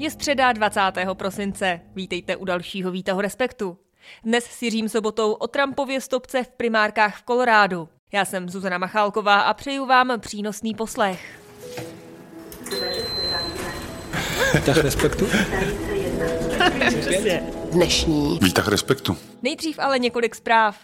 Je středa 20. prosince. Vítejte u dalšího výtahu Respektu. Dnes s Jiřím Sobotou o Trumpově stopce v primárkách v Kolorádu. Já jsem Zuzana Machálková a přeju vám přínosný poslech. Výtah Respektu? Dnešní Výtah Respektu. Nejdřív ale několik zpráv.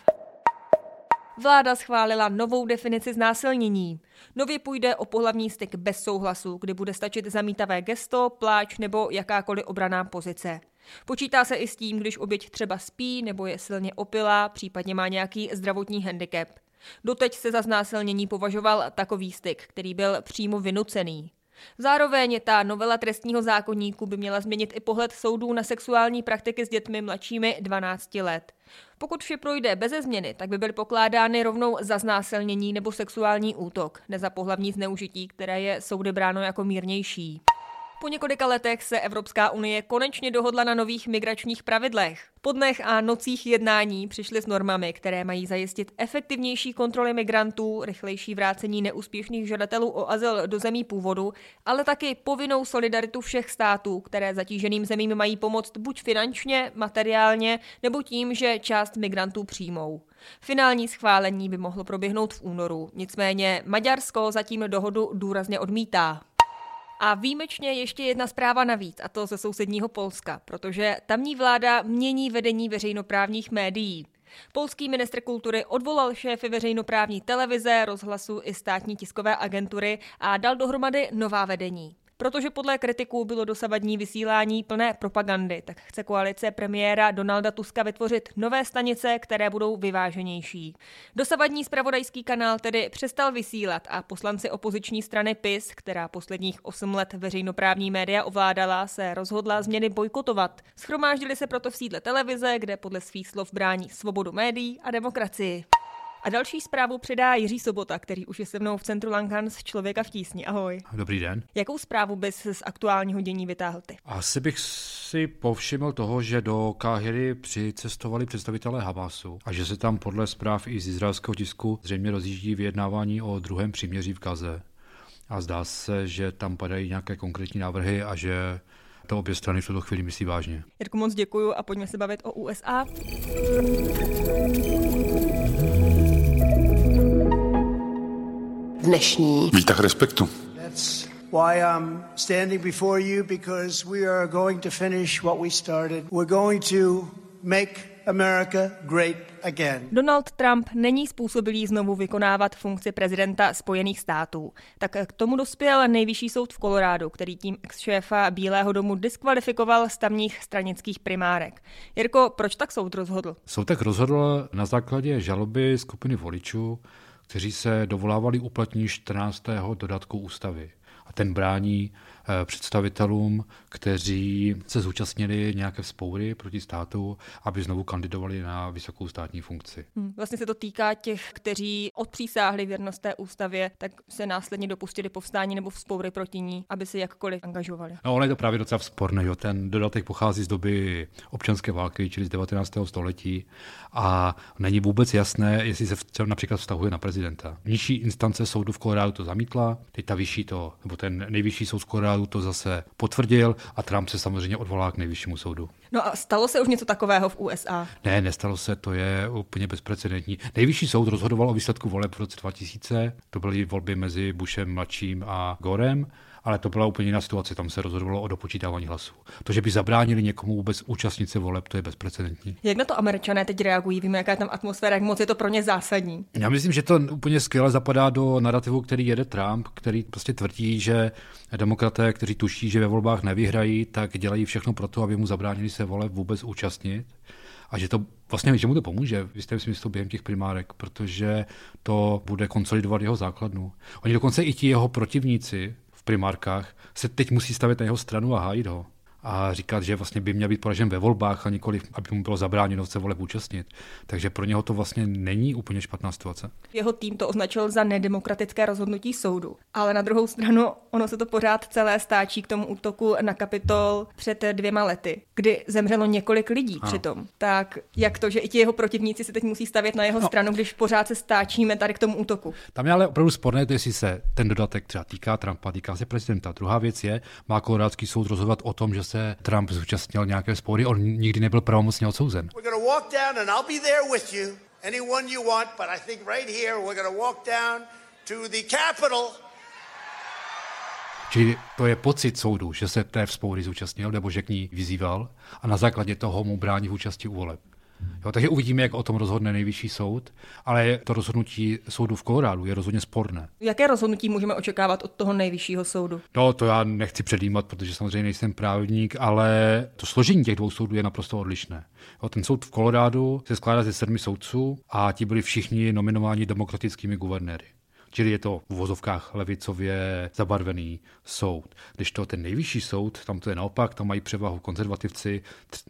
Vláda schválila novou definici znásilnění. Nově půjde o pohlavní styk bez souhlasu, kdy bude stačit zamítavé gesto, pláč nebo jakákoliv obranná pozice. Počítá se i s tím, když oběť třeba spí nebo je silně opilá, případně má nějaký zdravotní handicap. Doteď se za znásilnění považoval takový styk, který byl přímo vynucený. Zároveň ta novela trestního zákoníku by měla změnit i pohled soudů na sexuální praktiky s dětmi mladšími 12 let. Pokud vše projde beze změny, tak by byly pokládány rovnou za znásilnění nebo sexuální útok, ne za pohlavní zneužití, které je soudy bráno jako mírnější. Po několika letech se Evropská unie konečně dohodla na nových migračních pravidlech. Po dnech a nocích jednání přišly s normami, které mají zajistit efektivnější kontroly migrantů, rychlejší vrácení neúspěšných žadatelů o azyl do zemí původu, ale taky povinnou solidaritu všech států, které zatíženým zemím mají pomoct buď finančně, materiálně, nebo tím, že část migrantů přijmou. Finální schválení by mohlo proběhnout v únoru, nicméně Maďarsko zatím dohodu důrazně odmítá. A výjimečně ještě jedna zpráva navíc, a to ze sousedního Polska, protože tamní vláda mění vedení veřejnoprávních médií. Polský ministr kultury odvolal šéfy veřejnoprávní televize, rozhlasu i státní tiskové agentury a dal dohromady nová vedení. Protože podle kritiků bylo dosavadní vysílání plné propagandy, tak chce koalice premiéra Donalda Tuska vytvořit nové stanice, které budou vyváženější. Dosavadní zpravodajský kanál tedy přestal vysílat a poslanci opoziční strany PiS, která posledních 8 let veřejnoprávní média ovládala, se rozhodla změny bojkotovat. Shromáždili se proto v sídle televize, kde podle svých slov brání svobodu médií a demokracii. A další zprávu předá Jiří Sobota, který už je se mnou v centru Lankans Člověka v tísni. Ahoj. Dobrý den. Jakou zprávu bys z aktuálního dění vytáhl ty? Asi bych si povšiml toho, že do Káhiry přicestovali představitelé Hamasu a že se tam podle zpráv i z izraelského tisku zřejmě rozjíždí vyjednávání o druhém příměří v Gaze. A zdá se, že tam padají nějaké konkrétní návrhy a že to obě strany v tuto chvíli myslí vážně. Jirku, moc děkuju a pojďme se bavit o USA. dnešní Výtah Respektu. That's why I'm standing before you, because we are going to finish what we started. We're going to make America great again. Donald Trump není způsobilý znovu vykonávat funkci prezidenta Spojených států. Tak k tomu dospěl nejvyšší soud v Kolorádu, který tím ex-šéfa Bílého domu diskvalifikoval z tamních stranických primárek. Jirko, proč tak soud rozhodl? Soud tak rozhodl na základě žaloby skupiny voličů, kteří se dovolávali uplatnění 14. dodatku ústavy. A ten brání představitelům, kteří se zúčastnili nějaké vzpoury proti státu, aby znovu kandidovali na vysokou státní funkci. Vlastně se to týká těch, kteří odpřísáhli věrnost té ústavě, tak se následně dopustili povstání nebo vzpoury proti ní, aby se jakkoliv angažovali. No, ono je to právě docela sporné. Jo. Ten dodatek pochází z doby občanské války, čili z 19. století a není vůbec jasné, jestli se například vztahuje na prezidenta. Nižší instance soudu v Kolorádu to zamítla, teď ta vyšší to, nebo ten nejvyšší soud v Kolorádu to zase potvrdil a Trump se samozřejmě odvolá k nejvyššímu soudu. No a stalo se už něco takového v USA? Ne, nestalo se, to je úplně bezprecedentní. Nejvyšší soud rozhodoval o výsledku voleb v roce 2000, to byly volby mezi Bushem mladším a Gorem, ale to byla úplně jiná situace, tam se rozhodovalo o dopočítávání hlasů. To, že by zabránili někomu vůbec účastnit se voleb, to je bezprecedentní. Jak na to Američané teď reagují? Víme, jaká je tam atmosféra, jak moc je to pro ně zásadní. Já myslím, že to úplně skvěle zapadá do narrativu, který jede Trump, který prostě tvrdí, že demokraté, kteří tuší, že ve volbách nevyhrají, tak dělají všechno pro to, aby mu zabránili se voleb vůbec účastnit. A že to vlastně, že mu to pomůže v jistém smyslu během těch primárek, protože to bude konsolidovat jeho základnu. Oni dokonce i ti jeho protivníci v primárkách se teď musí stavět na jeho stranu a hájit ho. A říkat, že vlastně by měl být poražen ve volbách a nikoliv, aby mu bylo zabráněno se voleb účastnit. Takže pro něho to vlastně není úplně špatná situace. Jeho tým to označil za nedemokratické rozhodnutí soudu. Ale na druhou stranu ono se to pořád celé stáčí k tomu útoku na Kapitol před 2 lety, kdy zemřelo několik lidí přitom. Tak jak to, že i ti jeho protivníci se teď musí stavět na jeho stranu, když pořád se stáčíme tady k tomu útoku? Tam je ale opravdu sporné, jestli se ten dodatek třeba týká Trumpa, týká se prezidenta. Druhá věc je, má kolorádský soud rozhodovat o tom, že se Trump zúčastnil nějaké spory, on nikdy nebyl pravomocně odsouzen. Čili to je pocit soudu, že se té spory zúčastnil, nebo že k ní vyzýval a na základě toho mu brání v účasti u voleb. Jo, takže uvidíme, jak o tom rozhodne nejvyšší soud, ale to rozhodnutí soudu v Kolorádu je rozhodně sporné. Jaké rozhodnutí můžeme očekávat od toho nejvyššího soudu? No, to já nechci předjímat, protože samozřejmě nejsem právník, ale to složení těch dvou soudů je naprosto odlišné. Jo, ten soud v Kolorádu se skládá ze 7 soudců a ti byli všichni nominováni demokratickými guvernéry. Čili je to v uvozovkách levicově zabarvený soud. Když to ten nejvyšší soud, tam to je naopak, tam mají převahu konzervativci.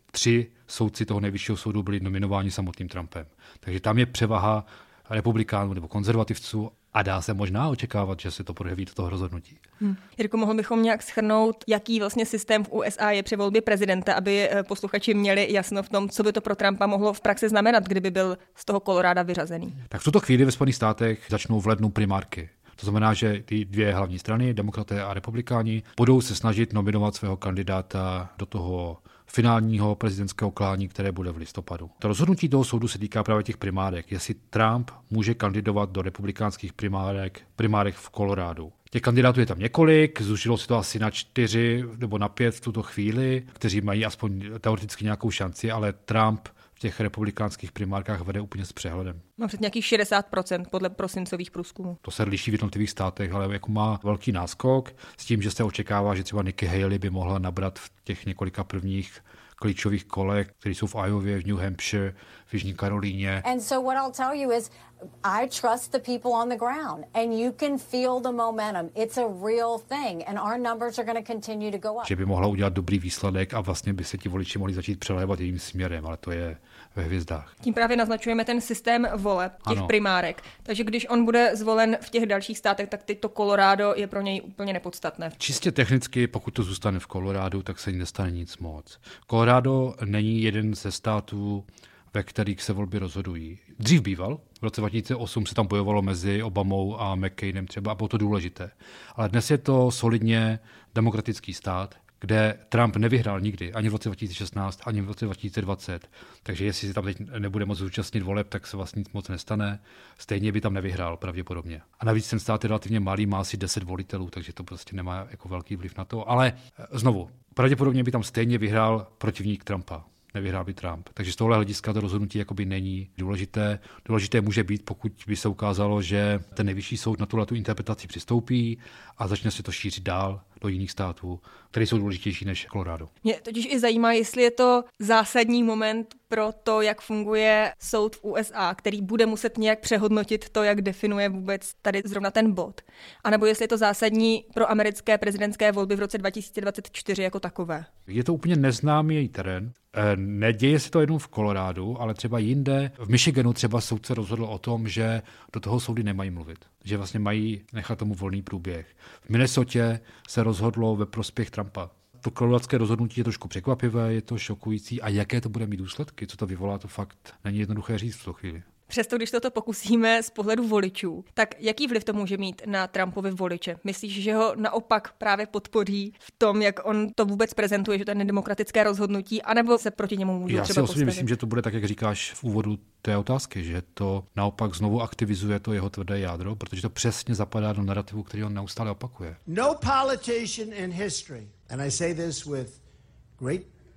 3 soudci toho nejvyššího soudu byli nominováni samotným Trumpem. Takže tam je převaha republikánů nebo konzervativců a dá se možná očekávat, že se to projeví do toho rozhodnutí. Jirko, mohl bychom nějak shrnout, jaký vlastně systém v USA je při volbě prezidenta, aby posluchači měli jasno v tom, co by to pro Trumpa mohlo v praxi znamenat, kdyby byl z toho Koloráda vyřazený? Tak v tuto chvíli ve Spojených státech začnou v lednu primárky. To znamená, že ty 2 hlavní strany, demokraté a republikáni, budou se snažit nominovat svého kandidáta do toho finálního prezidentského klání, které bude v listopadu. To rozhodnutí toho soudu se týká právě těch primárek, jestli Trump může kandidovat do republikánských primárek v Kolorádu. Těch kandidátů je tam několik, zúžilo se to asi na 4 nebo na 5 v tuto chvíli, kteří mají aspoň teoreticky nějakou šanci, ale Trump v těch republikánských primárkách vede úplně s přehledem. Má před nějakých 60% podle prosincových průzkumů. To se liší v jednotlivých státech, ale jako má velký náskok s tím, že se očekává, že třeba Nikki Haley by mohla nabrat v těch několika prvních klíčových kolech, které jsou v Iově, v New Hampshire, v Jižní Karolíně. And so what I'll tell you is I trust the people on the ground and you can feel the momentum. It's a real thing and our numbers are going to continue to go up. Že by mohla udělat dobrý výsledek a vlastně by se ti voliči mohli začít přelévat jejím směrem, ale to je ve hvězdách. Tím právě naznačujeme ten systém voleb, těch primárek. Takže když on bude zvolen v těch dalších státech, tak teď to Colorado je pro něj úplně nepodstatné. Čistě technicky, pokud to zůstane v Kolorádu, tak se nestane nic moc. Colorado není jeden ze států, ve kterých se volby rozhodují. Dřív býval, v roce 2008 se tam bojovalo mezi Obamou a McCainem třeba a bylo to důležité. Ale dnes je to solidně demokratický stát, kde Trump nevyhrál nikdy, ani v roce 2016, ani v roce 2020. Takže jestli se tam teď nebude moc zúčastnit voleb, tak se vlastně nic moc nestane. Stejně by tam nevyhrál pravděpodobně. A navíc ten stát je relativně malý, má asi 10 volitelů, takže to prostě nemá jako velký vliv na to. Ale znovu, pravděpodobně by tam stejně vyhrál protivník Trumpa. Nevyhrál by Trump. Takže z tohle hlediska to rozhodnutí jakoby není důležité. Důležité může být, pokud by se ukázalo, že ten nejvyšší soud na tuhletu interpretaci přistoupí a začne se to šířit dál do jiných států, které jsou důležitější než Colorado. Mě totiž i zajímá, jestli je to zásadní moment pro to, jak funguje soud v USA, který bude muset nějak přehodnotit to, jak definuje vůbec tady zrovna ten bod. A nebo jestli je to zásadní pro americké prezidentské volby v roce 2024 jako takové. Je to úplně neznámý terén. Neděje se to jenom v Kolorádu, ale třeba jinde. V Michiganu třeba soudce rozhodl o tom, že do toho soudy nemají mluvit. Že vlastně mají nechat tomu volný průběh. V Minnesotě se rozhodlo ve prospěch Trumpa. To koloradské rozhodnutí je trošku překvapivé, je to šokující a jaké to bude mít důsledky, co to vyvolá, to fakt není jednoduché říct v tu chvíli. Přesto, když toto pokusíme z pohledu voličů, tak jaký vliv to může mít na Trumpovi voliče? Myslíš, že ho naopak právě podpoří v tom, jak on to vůbec prezentuje, že to je nedemokratické rozhodnutí, anebo se proti němu můžou třeba postavit? Já si osobně myslím, že to bude tak, jak říkáš v úvodu té otázky, že to naopak znovu aktivizuje to jeho tvrdé jádro, protože to přesně zapadá do narrativu, který on neustále opakuje. No politician in history, and I say this with great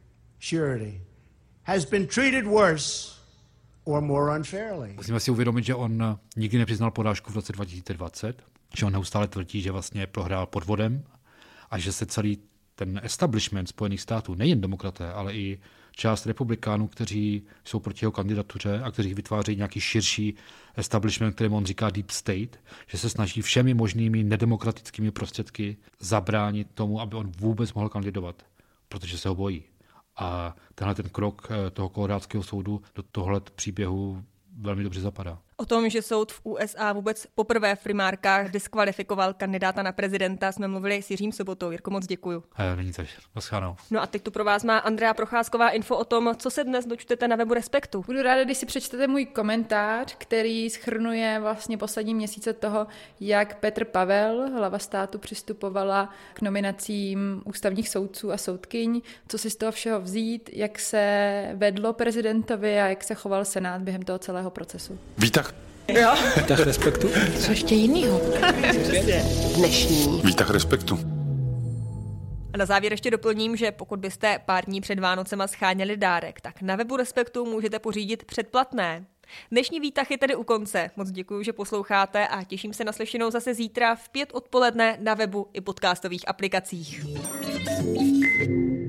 surety, has been treated worse or more unfairly. Musíme si uvědomit, že on nikdy nepřiznal porážku v roce 2020, že on neustále tvrdí, že vlastně prohrál podvodem a že se celý ten establishment Spojených států, nejen demokraté, ale i část republikánů, kteří jsou proti jeho kandidatuře a kteří vytvářejí nějaký širší establishment, kterému on říká deep state, že se snaží všemi možnými nedemokratickými prostředky zabránit tomu, aby on vůbec mohl kandidovat, protože se ho bojí. A tenhle ten krok toho kolorádského soudu do tohle příběhu velmi dobře zapadá. O tom, že soud v USA vůbec poprvé v primárkách diskvalifikoval kandidáta na prezidenta, jsme mluvili s Jiřím Sobotou. Jirko, moc děkuju. Není to naschledanou. No a teď tu pro vás má Andrea Procházková info o tom, co se dnes dočtete na webu Respektu. Budu ráda, když si přečtete můj komentář, který shrnuje vlastně poslední měsíce toho, jak Petr Pavel, hlava státu, přistupovala k nominacím ústavních soudců a soudkyň, co si z toho všeho vzít, jak se vedlo prezidentovi a jak se choval Senát během toho celého procesu. Výtah. Jo. Výtah Respektu. Co ještě jinýho? Dnešní. Výtah Respektu. A na závěr ještě doplním, že pokud byste pár dní před Vánocema scháněli dárek, tak na webu Respektu můžete pořídit předplatné. Dnešní výtah je tedy u konce. Moc děkuji, že posloucháte a těším se na slyšenou zase zítra v 5 odpoledne na webu i podcastových aplikacích.